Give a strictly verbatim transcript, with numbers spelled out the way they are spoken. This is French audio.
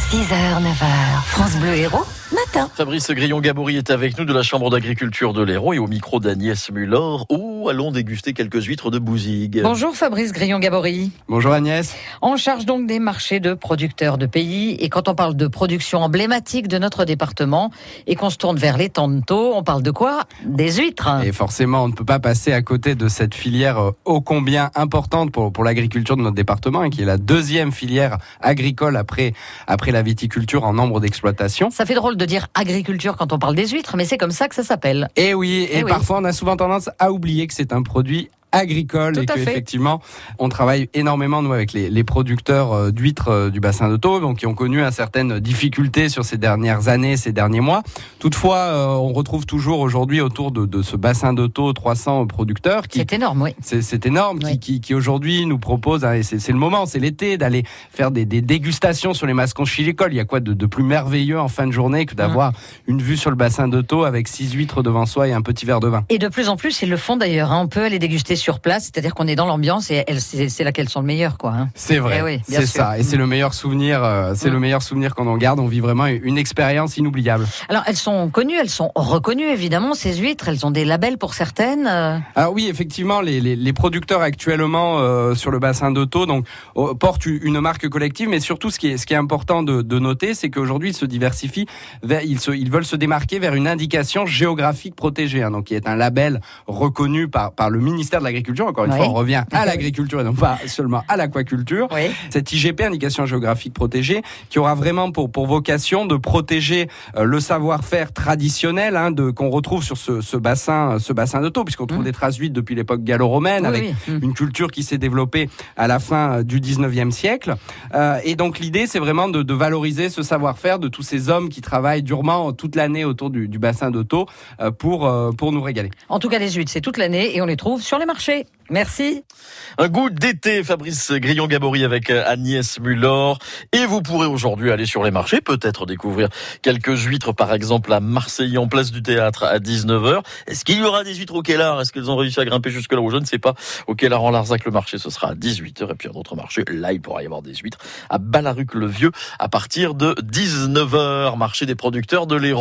six heures, neuf heures, France Bleu Héros, matin. Fabrice Grillon-Gabory est avec nous de la Chambre d'agriculture de l'Hérault et au micro d'Agnès Muller, où allons déguster quelques huîtres de Bouzigues. Bonjour Fabrice Grillon-Gabory. Bonjour Agnès. On charge donc des marchés de producteurs de pays, et quand on parle de production emblématique de notre département et qu'on se tourne vers les Tantos, on parle de quoi? Des huîtres. Et forcément, on ne peut pas passer à côté de cette filière ô combien importante pour, pour l'agriculture de notre département, et qui est la deuxième filière agricole après, après la viticulture en nombre d'exploitations. Ça fait drôle de dire agriculture quand on parle des huîtres, mais c'est comme ça que ça s'appelle. Et oui, et, et parfois oui. on a souvent tendance à oublier que c'est un produit agricole. Tout et qu'effectivement, on travaille énormément, nous, avec les, les producteurs d'huîtres euh, du bassin d'Auto, donc qui ont connu un certaines difficultés sur ces dernières années, ces derniers mois. Toutefois, euh, on retrouve toujours aujourd'hui autour de, de ce bassin d'Auto trois cents producteurs. Qui, c'est énorme, oui. C'est, c'est énorme, oui. qui, qui, qui aujourd'hui nous propose, hein, et c'est, c'est le moment, c'est l'été, d'aller faire des, des dégustations sur les mascons chilicoles. Il y a quoi de, de plus merveilleux en fin de journée que d'avoir mmh. une vue sur le bassin d'Auto avec six huîtres devant soi et un petit verre de vin. Et de plus en plus, ils le font d'ailleurs. Hein. On peut aller déguster sur place, c'est-à-dire qu'on est dans l'ambiance et elles, c'est, c'est là qu'elles sont le meilleur, quoi. Hein. C'est vrai, oui, c'est sûr. ça, et c'est le meilleur souvenir, euh, c'est mmh. le meilleur souvenir qu'on en garde. On vit vraiment une expérience inoubliable. Alors elles sont connues, elles sont reconnues évidemment, ces huîtres. Elles ont des labels pour certaines. Euh... Alors oui, effectivement, les, les, les producteurs actuellement euh, sur le bassin d'Auto donc euh, portent une marque collective, mais surtout ce qui est, ce qui est important de, de noter, c'est qu'aujourd'hui ils se diversifient, vers, ils, se, ils veulent se démarquer vers une indication géographique protégée, hein, donc qui est un label reconnu par, par le ministère de l'Agriculture. Encore une oui. fois, on revient à l'agriculture et non pas seulement à l'aquaculture. Oui. Cette I G P, indication géographique protégée, qui aura vraiment pour, pour vocation de protéger euh, le savoir-faire traditionnel hein, de, qu'on retrouve sur ce, ce bassin, ce bassin d'Auto, puisqu'on trouve mmh. des traces d'huîtres depuis l'époque gallo-romaine, oui, avec oui. Mmh. une culture qui s'est développée à la fin du dix-neuvième siècle. Euh, et donc l'idée, c'est vraiment de, de valoriser ce savoir-faire de tous ces hommes qui travaillent durement toute l'année autour du, du bassin d'Auto euh, pour, euh, pour nous régaler. En tout cas, les huîtres, c'est toute l'année et on les trouve sur les marchés. Merci. Un goût d'été, Fabrice Grillon-Gabory avec Agnès Muller. Et vous pourrez aujourd'hui aller sur les marchés, peut-être découvrir quelques huîtres, par exemple à Marseille, en place du théâtre à dix-neuf heures. Est-ce qu'il y aura des huîtres au Quélard? Est-ce qu'elles ont réussi à grimper jusque-là? Je ne sais pas. Au Quélard en Larzac, le marché, ce sera à dix-huit heures. Et puis un autre marché, là, il pourra y avoir des huîtres à Balaruc-le-Vieux à partir de dix-neuf heures. Marché des producteurs de l'Hérault.